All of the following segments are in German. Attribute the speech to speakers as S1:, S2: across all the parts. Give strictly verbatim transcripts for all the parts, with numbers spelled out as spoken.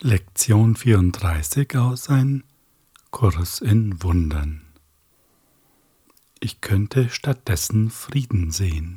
S1: Lektion vierunddreißig aus Ein Kurs in Wundern. Ich könnte stattdessen Frieden sehen.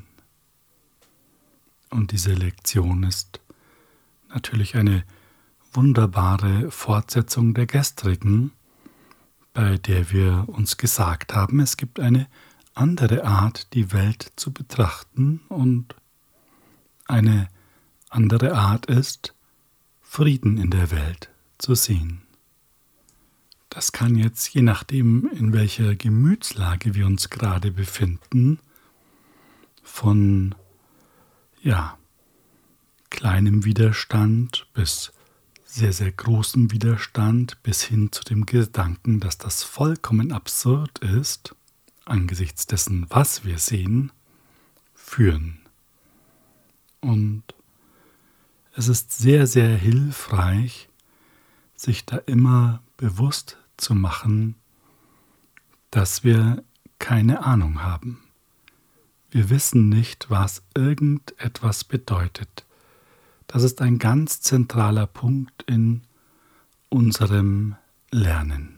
S1: Und diese Lektion ist natürlich eine wunderbare Fortsetzung der gestrigen, bei der wir uns gesagt haben, es gibt eine andere Art, die Welt zu betrachten, und eine andere Art ist, Frieden in der Welt zu sehen. Das kann jetzt, je nachdem, in welcher Gemütslage wir uns gerade befinden, von ja, kleinem Widerstand bis sehr, sehr großem Widerstand bis hin zu dem Gedanken, dass das vollkommen absurd ist, angesichts dessen, was wir sehen, führen. Und es ist sehr, sehr hilfreich, sich da immer bewusst zu machen, dass wir keine Ahnung haben. Wir wissen nicht, was irgendetwas bedeutet. Das ist ein ganz zentraler Punkt in unserem Lernen.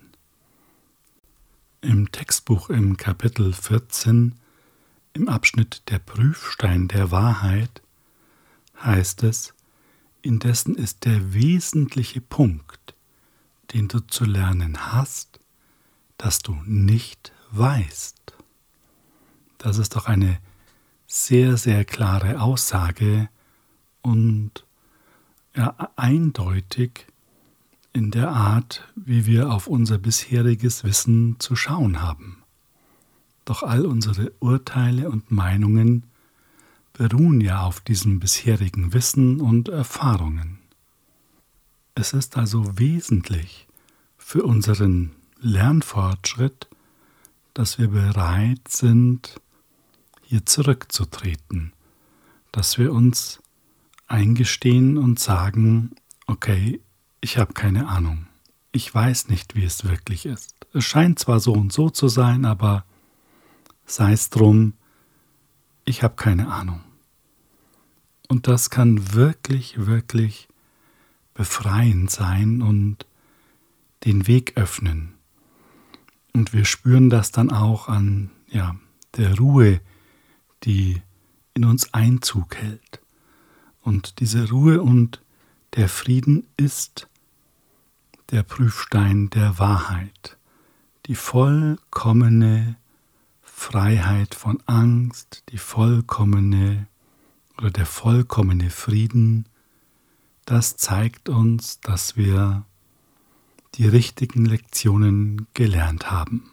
S1: Im Textbuch im Kapitel vierzehn, im Abschnitt Der Prüfstein der Wahrheit, heißt es: Indessen ist der wesentliche Punkt, den du zu lernen hast, dass du nicht weißt. Das ist doch eine sehr, sehr klare Aussage und ja, eindeutig in der Art, wie wir auf unser bisheriges Wissen zu schauen haben. Doch all unsere Urteile und Meinungen beruhen ja auf diesem bisherigen Wissen und Erfahrungen. Es ist also wesentlich für unseren Lernfortschritt, dass wir bereit sind, hier zurückzutreten, dass wir uns eingestehen und sagen, okay, ich habe keine Ahnung, ich weiß nicht, wie es wirklich ist. Es scheint zwar so und so zu sein, aber sei es drum, ich habe keine Ahnung. Und das kann wirklich, wirklich befreiend sein und den Weg öffnen. Und wir spüren das dann auch an ja, der Ruhe, die in uns Einzug hält. Und diese Ruhe und der Frieden ist der Prüfstein der Wahrheit, die vollkommene Freiheit von Angst, die vollkommene oder der vollkommene Frieden. Das zeigt uns, dass wir die richtigen Lektionen gelernt haben.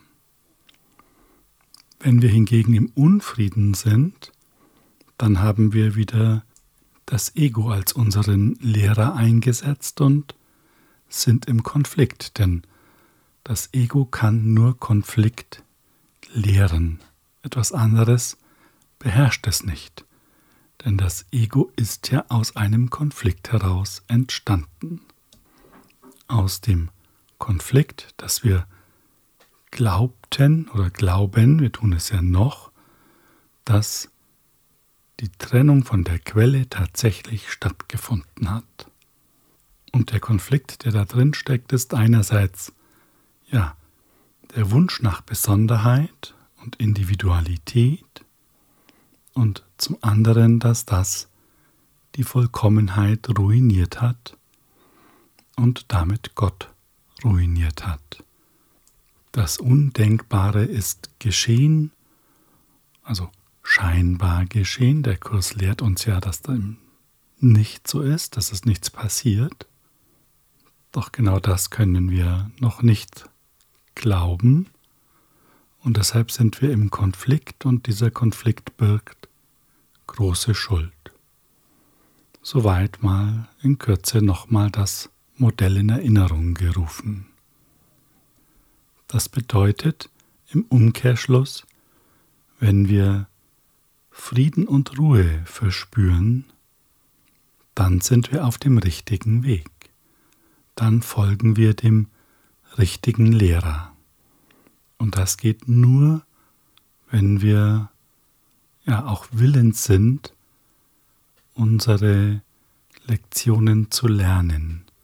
S1: Wenn wir hingegen im Unfrieden sind, dann haben wir wieder das Ego als unseren Lehrer eingesetzt und sind im Konflikt, denn das Ego kann nur Konflikt lehren. Etwas anderes beherrscht es nicht. Denn das Ego ist ja aus einem Konflikt heraus entstanden. Aus dem Konflikt, dass wir glaubten oder glauben, wir tun es ja noch, dass die Trennung von der Quelle tatsächlich stattgefunden hat. Und der Konflikt, der da drin steckt, ist einerseits ja, der Wunsch nach Besonderheit und Individualität, und zum anderen, dass das die Vollkommenheit ruiniert hat und damit Gott ruiniert hat. Das Undenkbare ist geschehen, also scheinbar geschehen. Der Kurs lehrt uns ja, dass das nicht so ist, dass es nichts passiert. Doch genau das können wir noch nicht glauben. Und deshalb sind wir im Konflikt, und dieser Konflikt birgt große Schuld. Soweit mal in Kürze nochmal das Modell in Erinnerung gerufen. Das bedeutet im Umkehrschluss, wenn wir Frieden und Ruhe verspüren, dann sind wir auf dem richtigen Weg. Dann folgen wir dem richtigen Lehrer. Und das geht nur, wenn wir ja auch willens sind, unsere Lektionen zu lernen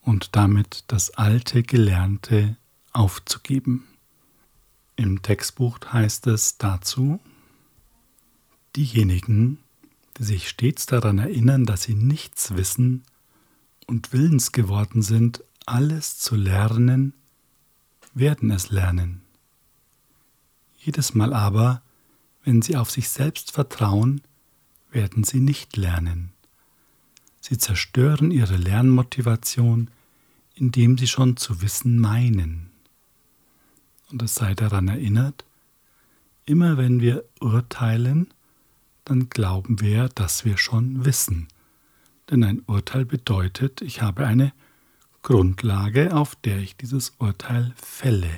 S1: und damit das alte Gelernte aufzugeben. Im Textbuch heißt es dazu: Diejenigen, die sich stets daran erinnern, dass sie nichts wissen und willens geworden sind, alles zu lernen, werden es lernen. Jedes Mal aber, wenn sie auf sich selbst vertrauen, werden sie nicht lernen. Sie zerstören ihre Lernmotivation, indem sie schon zu wissen meinen. Und es sei daran erinnert, immer wenn wir urteilen, dann glauben wir, dass wir schon wissen. Denn ein Urteil bedeutet, ich habe eine Grundlage, auf der ich dieses Urteil fälle.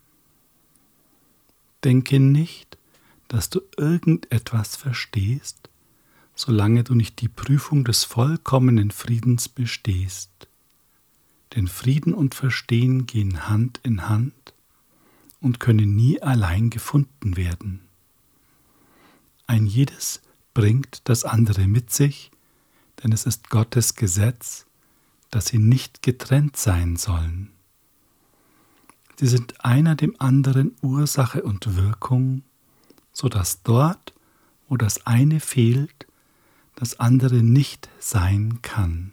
S1: Denke nicht, dass du irgendetwas verstehst, solange du nicht die Prüfung des vollkommenen Friedens bestehst. Denn Frieden und Verstehen gehen Hand in Hand und können nie allein gefunden werden. Ein jedes bringt das andere mit sich, denn es ist Gottes Gesetz, dass sie nicht getrennt sein sollen. Sie sind einer dem anderen Ursache und Wirkung, so dass dort, wo das eine fehlt, das andere nicht sein kann.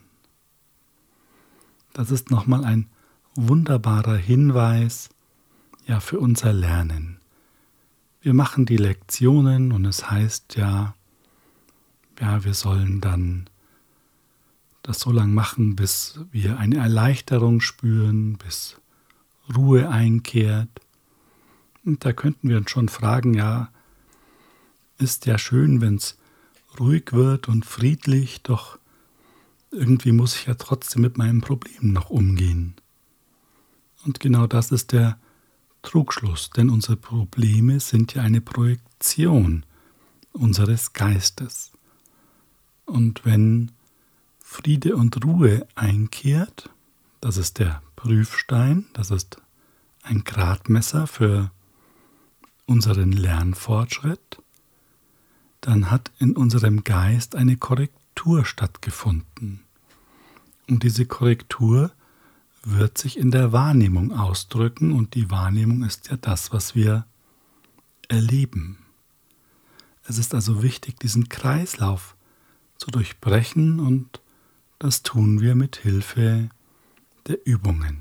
S1: Das ist nochmal ein wunderbarer Hinweis, ja, für unser Lernen. Wir machen die Lektionen und es heißt ja, ja, wir sollen dann das so lange machen, bis wir eine Erleichterung spüren, bis Ruhe einkehrt. Und da könnten wir uns schon fragen, ja, ist ja schön, wenn es ruhig wird und friedlich, doch irgendwie muss ich ja trotzdem mit meinem Problem noch umgehen. Und genau das ist der Trugschluss, denn unsere Probleme sind ja eine Projektion unseres Geistes. Und wenn Friede und Ruhe einkehrt, das ist der Prüfstein, das ist ein Gradmesser für unseren Lernfortschritt, dann hat in unserem Geist eine Korrektur stattgefunden. Und diese Korrektur wird sich in der Wahrnehmung ausdrücken und die Wahrnehmung ist ja das, was wir erleben. Es ist also wichtig, diesen Kreislauf zu durchbrechen und das tun wir mit Hilfe der Übungen.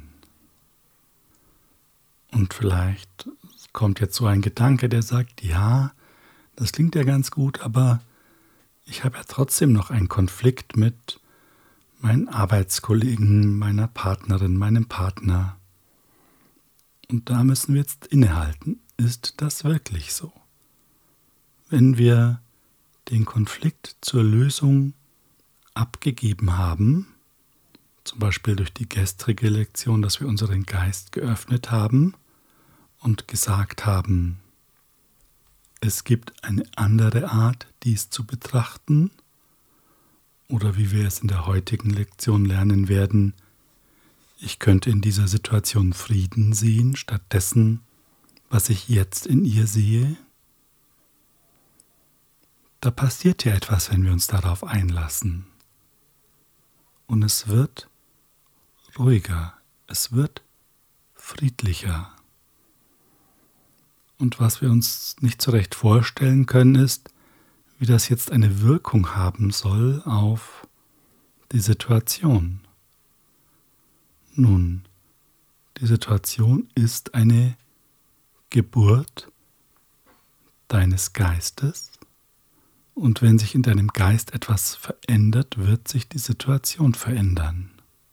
S1: Und vielleicht kommt jetzt so ein Gedanke, der sagt, ja, das klingt ja ganz gut, aber ich habe ja trotzdem noch einen Konflikt mit meinen Arbeitskollegen, meiner Partnerin, meinem Partner. Und da müssen wir jetzt innehalten. Ist das wirklich so? Wenn wir den Konflikt zur Lösung abgegeben haben, zum Beispiel durch die gestrige Lektion, dass wir unseren Geist geöffnet haben und gesagt haben, es gibt eine andere Art, dies zu betrachten, oder wie wir es in der heutigen Lektion lernen werden, ich könnte in dieser Situation Frieden sehen, statt dessen, was ich jetzt in ihr sehe. Da passiert ja etwas, wenn wir uns darauf einlassen. Und es wird ruhiger, es wird friedlicher. Und was wir uns nicht so recht vorstellen können, ist, wie das jetzt eine Wirkung haben soll auf die Situation. Nun, die Situation ist eine Geburt deines Geistes und wenn sich in deinem Geist etwas verändert, wird sich die Situation verändern.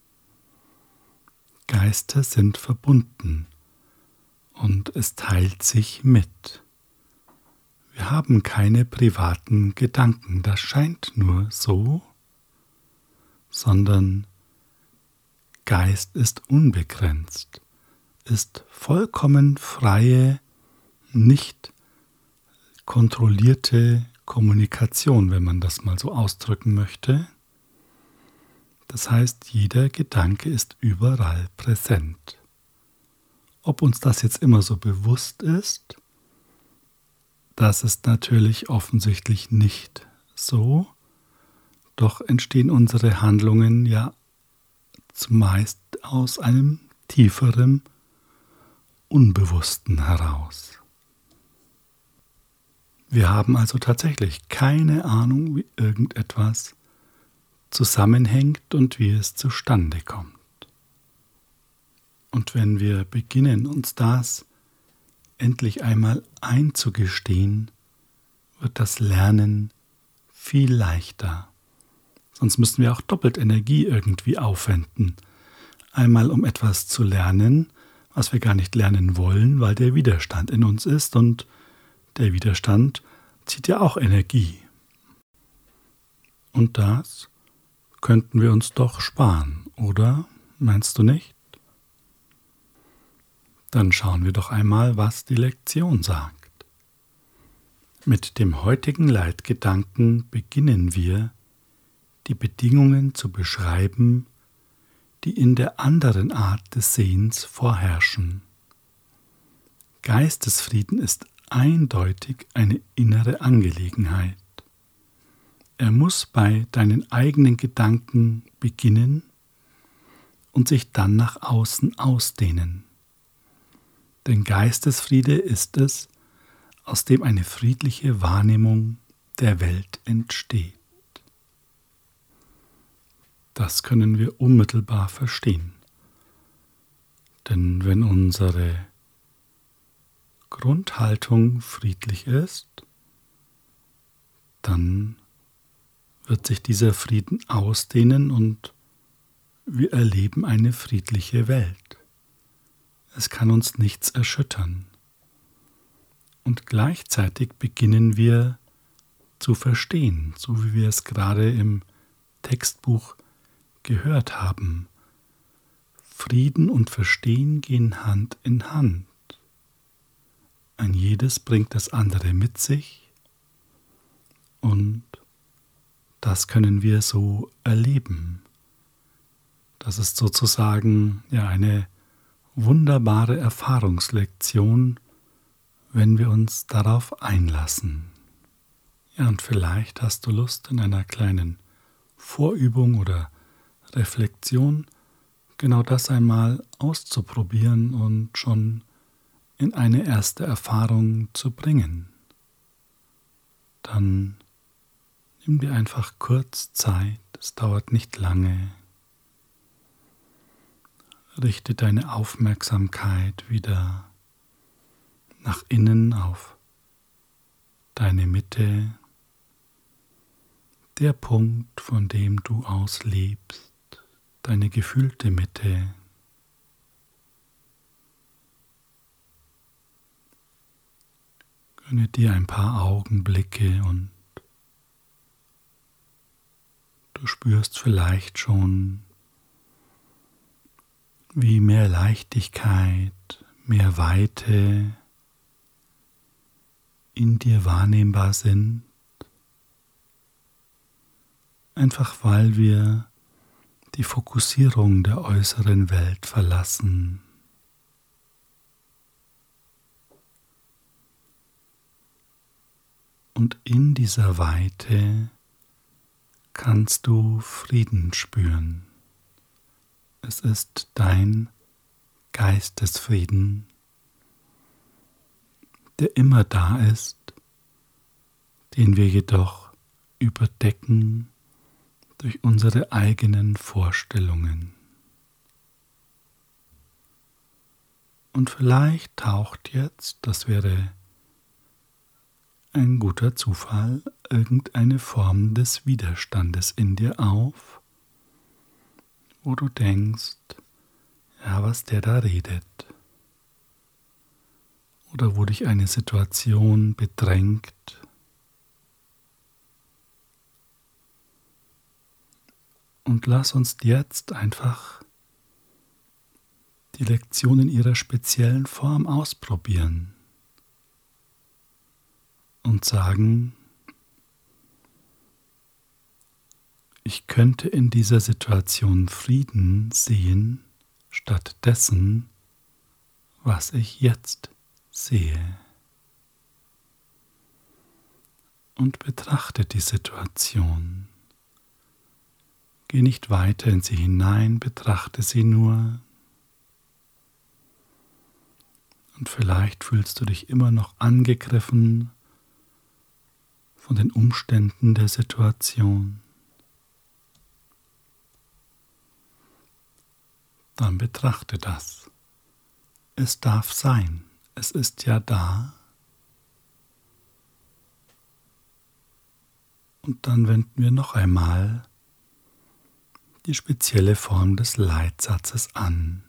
S1: Geister sind verbunden und es teilt sich mit. Wir haben keine privaten Gedanken, das scheint nur so, sondern Geist ist unbegrenzt, ist vollkommen freie, nicht kontrollierte Kommunikation, wenn man das mal so ausdrücken möchte. Das heißt, jeder Gedanke ist überall präsent. Ob uns das jetzt immer so bewusst ist, das ist natürlich offensichtlich nicht so, doch entstehen unsere Handlungen ja zumeist aus einem tieferen, Unbewussten heraus. Wir haben also tatsächlich keine Ahnung, wie irgendetwas zusammenhängt und wie es zustande kommt. Und wenn wir beginnen, uns das endlich einmal einzugestehen, wird das Lernen viel leichter. Sonst müssen wir auch doppelt Energie irgendwie aufwenden. Einmal um etwas zu lernen, was wir gar nicht lernen wollen, weil der Widerstand in uns ist, und der Widerstand zieht ja auch Energie. Und das könnten wir uns doch sparen, oder? Meinst du nicht? Dann schauen wir doch einmal, was die Lektion sagt. Mit dem heutigen Leitgedanken beginnen wir, die Bedingungen zu beschreiben, die in der anderen Art des Sehens vorherrschen. Geistesfrieden ist eindeutig eine innere Angelegenheit. Er muss bei deinen eigenen Gedanken beginnen und sich dann nach außen ausdehnen. Denn Geistesfriede ist es, aus dem eine friedliche Wahrnehmung der Welt entsteht. Das können wir unmittelbar verstehen. Denn wenn unsere Grundhaltung friedlich ist, dann wird sich dieser Frieden ausdehnen und wir erleben eine friedliche Welt. Es kann uns nichts erschüttern. Und gleichzeitig beginnen wir zu verstehen, so wie wir es gerade im Textbuch gehört haben. Frieden und Verstehen gehen Hand in Hand. Ein jedes bringt das andere mit sich und das können wir so erleben. Das ist sozusagen ja eine wunderbare Erfahrungslektion, wenn wir uns darauf einlassen. Ja, und vielleicht hast du Lust, in einer kleinen Vorübung oder Reflexion genau das einmal auszuprobieren und schon in eine erste Erfahrung zu bringen. Dann nimm dir einfach kurz Zeit, es dauert nicht lange. Richte deine Aufmerksamkeit wieder nach innen auf deine Mitte, der Punkt, von dem du aus lebst, deine gefühlte Mitte. Gönne dir ein paar Augenblicke und du spürst vielleicht schon, wie mehr Leichtigkeit, mehr Weite in dir wahrnehmbar sind, einfach weil wir die Fokussierung der äußeren Welt verlassen. Und in dieser Weite kannst du Frieden spüren. Es ist dein Geistesfrieden, der immer da ist, den wir jedoch überdecken durch unsere eigenen Vorstellungen. Und vielleicht taucht jetzt, das wäre ein guter Zufall, irgendeine Form des Widerstandes in dir auf, wo du denkst, ja, was der da redet. Oder wo dich eine Situation bedrängt. Und lass uns jetzt einfach die Lektion in ihrer speziellen Form ausprobieren und sagen, ich könnte in dieser Situation Frieden sehen, statt dessen, was ich jetzt sehe. Und betrachte die Situation. Geh nicht weiter in sie hinein, betrachte sie nur. Und vielleicht fühlst du dich immer noch angegriffen von den Umständen der Situation. Dann betrachte das. Es darf sein. Es ist ja da. Und dann wenden wir noch einmal die spezielle Form des Leitsatzes an.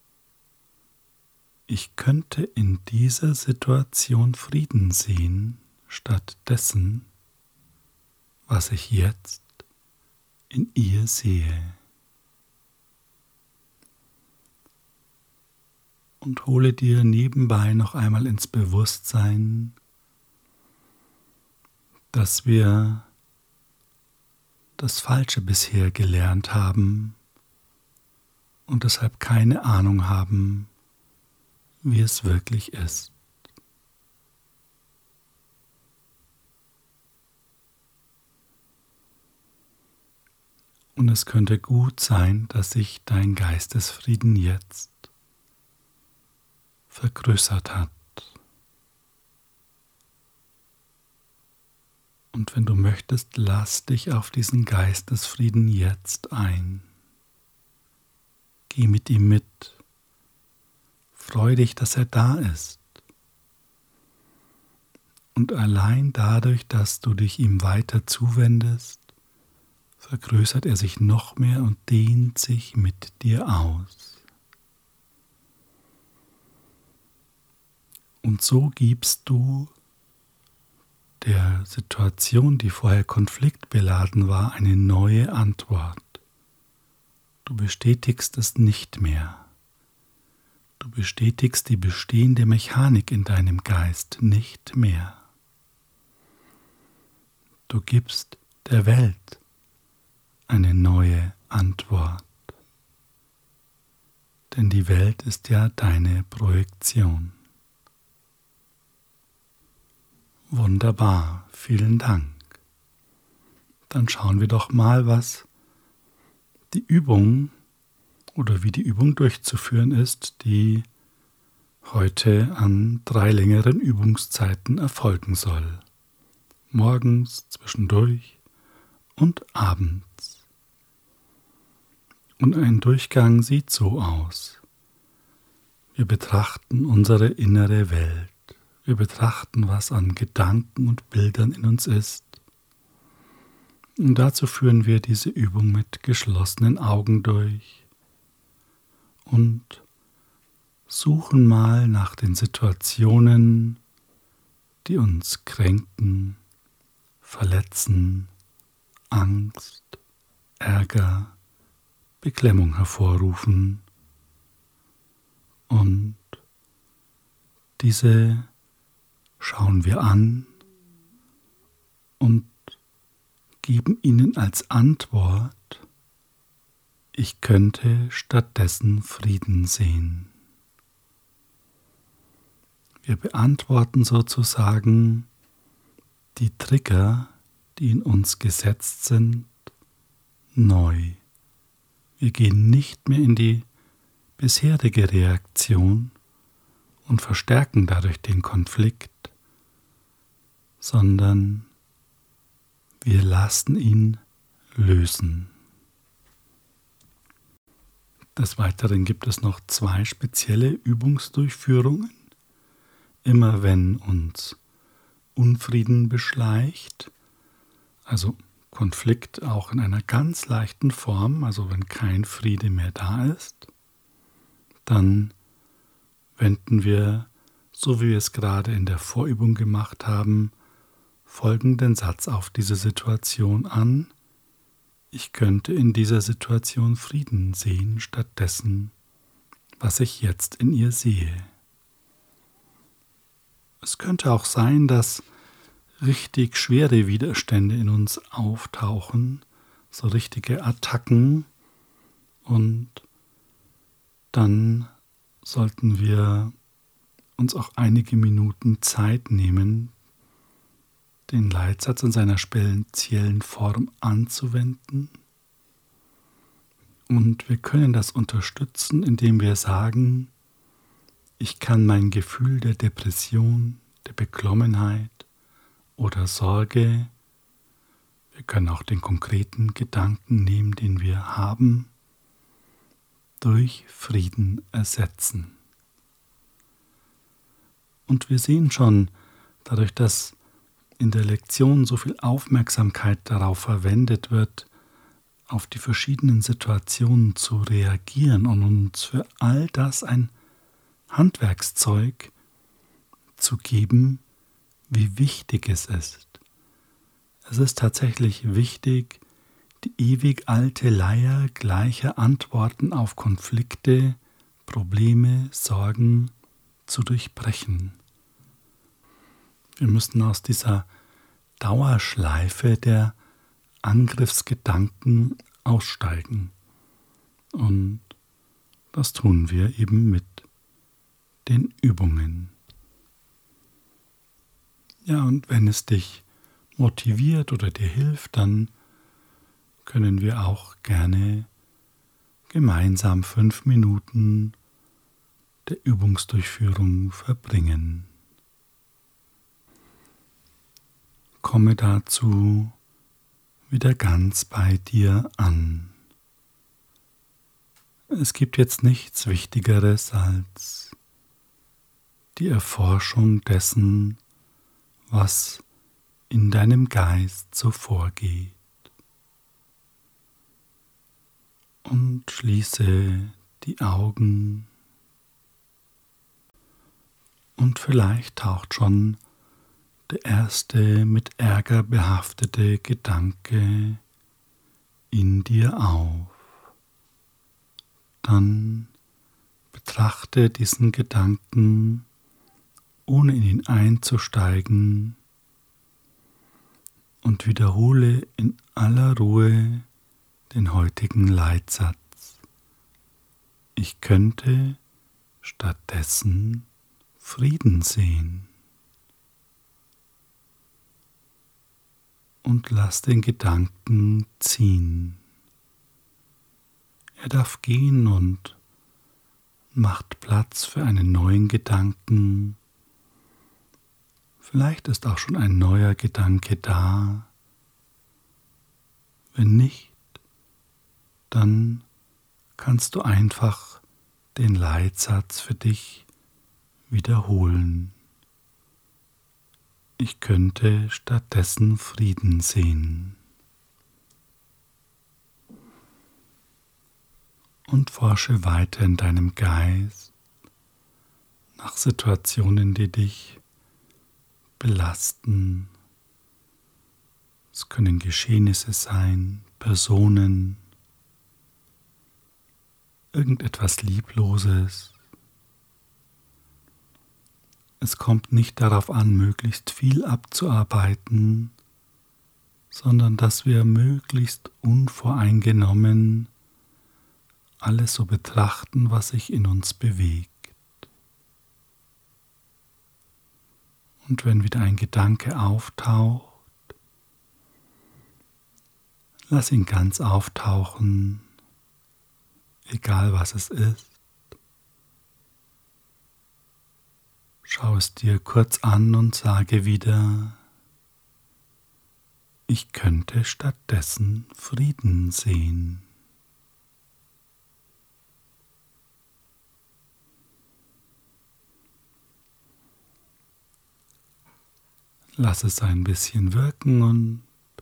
S1: Ich könnte in dieser Situation Frieden sehen, statt dessen, was ich jetzt in ihr sehe. Und hole dir nebenbei noch einmal ins Bewusstsein, dass wir das Falsche bisher gelernt haben und deshalb keine Ahnung haben, wie es wirklich ist. Und es könnte gut sein, dass sich dein Geistesfrieden jetzt vergrößert hat. Und wenn du möchtest, lass dich auf diesen Geistesfrieden jetzt ein. Geh mit ihm mit. Freu dich, dass er da ist. Und allein dadurch, dass du dich ihm weiter zuwendest, vergrößert er sich noch mehr und dehnt sich mit dir aus. Und so gibst du der Situation, die vorher konfliktbeladen war, eine neue Antwort. Du bestätigst es nicht mehr. Du bestätigst die bestehende Mechanik in deinem Geist nicht mehr. Du gibst der Welt eine neue Antwort. Denn die Welt ist ja deine Projektion. Wunderbar, vielen Dank. Dann schauen wir doch mal, was die Übung oder wie die Übung durchzuführen ist, die heute an drei längeren Übungszeiten erfolgen soll. Morgens, zwischendurch und abends. Und ein Durchgang sieht so aus. Wir betrachten unsere innere Welt. Wir betrachten, was an Gedanken und Bildern in uns ist. Und dazu führen wir diese Übung mit geschlossenen Augen durch und suchen mal nach den Situationen, die uns kränken, verletzen, Angst, Ärger, Beklemmung hervorrufen. Und diese schauen wir an und geben ihnen als Antwort, ich könnte stattdessen Frieden sehen. Wir beantworten sozusagen die Trigger, die in uns gesetzt sind, neu. Wir gehen nicht mehr in die bisherige Reaktion und verstärken dadurch den Konflikt, sondern wir lassen ihn lösen. Des Weiteren gibt es noch zwei spezielle Übungsdurchführungen. Immer wenn uns Unfrieden beschleicht, also Konflikt auch in einer ganz leichten Form, also wenn kein Friede mehr da ist, dann wenden wir, so wie wir es gerade in der Vorübung gemacht haben, folgenden Satz auf diese Situation an. Ich könnte in dieser Situation Frieden sehen, statt dessen, was ich jetzt in ihr sehe. Es könnte auch sein, dass richtig schwere Widerstände in uns auftauchen, so richtige Attacken, und dann sollten wir uns auch einige Minuten Zeit nehmen, den Leitsatz in seiner speziellen Form anzuwenden Und wir können das unterstützen, indem wir sagen, ich kann mein Gefühl der Depression, der Beklommenheit oder Sorge, wir können auch den konkreten Gedanken nehmen, den wir haben, durch Frieden ersetzen. Und wir sehen schon, dadurch, dass in der Lektion so viel Aufmerksamkeit darauf verwendet wird, auf die verschiedenen Situationen zu reagieren und uns für all das ein Handwerkszeug zu geben, wie wichtig es ist. Es ist tatsächlich wichtig, die ewig alte Leier gleicher Antworten auf Konflikte, Probleme, Sorgen zu durchbrechen. Wir müssen aus dieser Dauerschleife der Angriffsgedanken aussteigen. Und das tun wir eben mit den Übungen. Ja, und wenn es dich motiviert oder dir hilft, dann können wir auch gerne gemeinsam fünf Minuten der Übungsdurchführung verbringen. Komme dazu wieder ganz bei dir an. Es gibt jetzt nichts Wichtigeres als die Erforschung dessen, was in deinem Geist so vorgeht. Und schließe die Augen und vielleicht taucht schon der erste mit Ärger behaftete Gedanke in dir auf. Dann betrachte diesen Gedanken, ohne in ihn einzusteigen, und wiederhole in aller Ruhe den heutigen Leitsatz. Ich könnte stattdessen Frieden sehen. Und lass den Gedanken ziehen. Er darf gehen und macht Platz für einen neuen Gedanken. Vielleicht ist auch schon ein neuer Gedanke da. Wenn nicht, dann kannst du einfach den Leitsatz für dich wiederholen. Ich könnte stattdessen Frieden sehen. Und forsche weiter in deinem Geist nach Situationen, die dich belasten. Es können Geschehnisse sein, Personen, irgendetwas Liebloses. Es kommt nicht darauf an, möglichst viel abzuarbeiten, sondern dass wir möglichst unvoreingenommen alles so betrachten, was sich in uns bewegt. Und wenn wieder ein Gedanke auftaucht, lass ihn ganz auftauchen, egal was es ist. Schau es dir kurz an und sage wieder, ich könnte stattdessen Frieden sehen. Lass es ein bisschen wirken und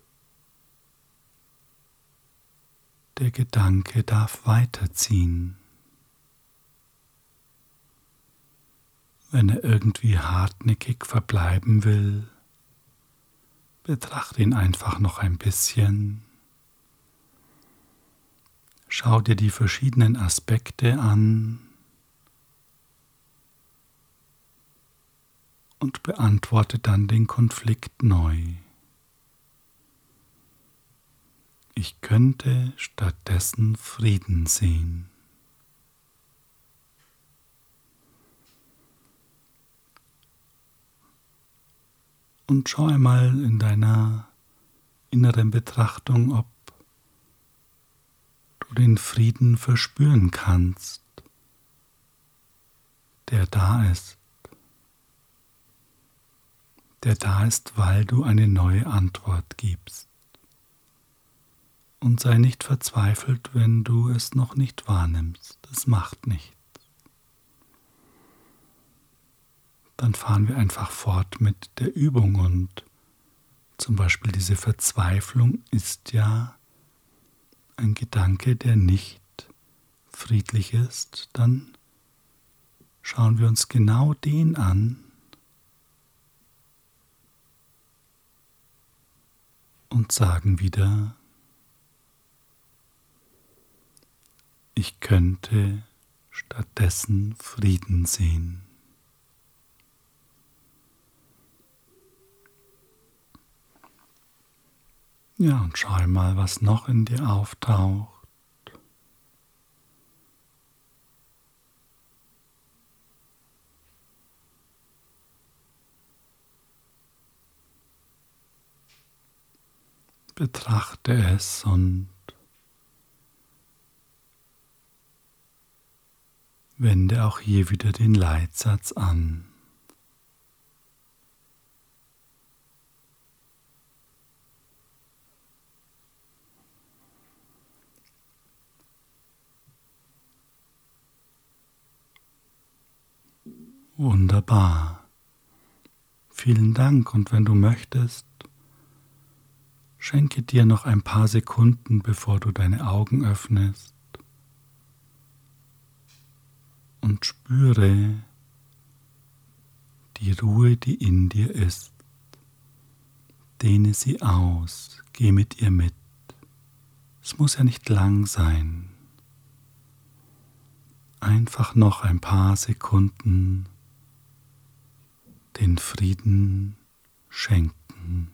S1: der Gedanke darf weiterziehen. Wenn er irgendwie hartnäckig verbleiben will, betrachte ihn einfach noch ein bisschen. Schau dir die verschiedenen Aspekte an und beantworte dann den Konflikt neu. Ich könnte stattdessen Frieden sehen. Und schau einmal in deiner inneren Betrachtung, ob du du den Frieden verspüren kannst, der da ist, der da ist, weil du eine neue Antwort gibst. Und sei nicht verzweifelt, wenn du es noch nicht wahrnimmst. Das macht nichts. Dann fahren wir einfach fort mit der Übung und zum Beispiel diese Verzweiflung ist ja ein Gedanke, der nicht friedlich ist. Dann schauen wir uns genau den an und sagen wieder, ich könnte stattdessen Frieden sehen. Ja, und schau mal, was noch in dir auftaucht. Betrachte es und wende auch hier wieder den Leitsatz an. Wunderbar. Vielen Dank, und wenn du möchtest, schenke dir noch ein paar Sekunden, bevor du deine Augen öffnest, und spüre die Ruhe, die in dir ist. Dehne sie aus, geh mit ihr mit. Es muss ja nicht lang sein. Einfach noch ein paar Sekunden den Frieden schenken.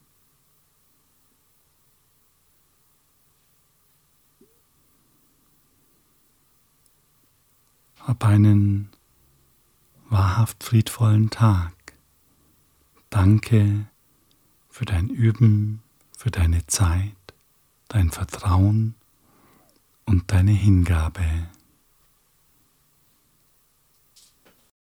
S1: Hab einen wahrhaft friedvollen Tag. Danke für dein Üben, für deine Zeit, dein Vertrauen und deine Hingabe.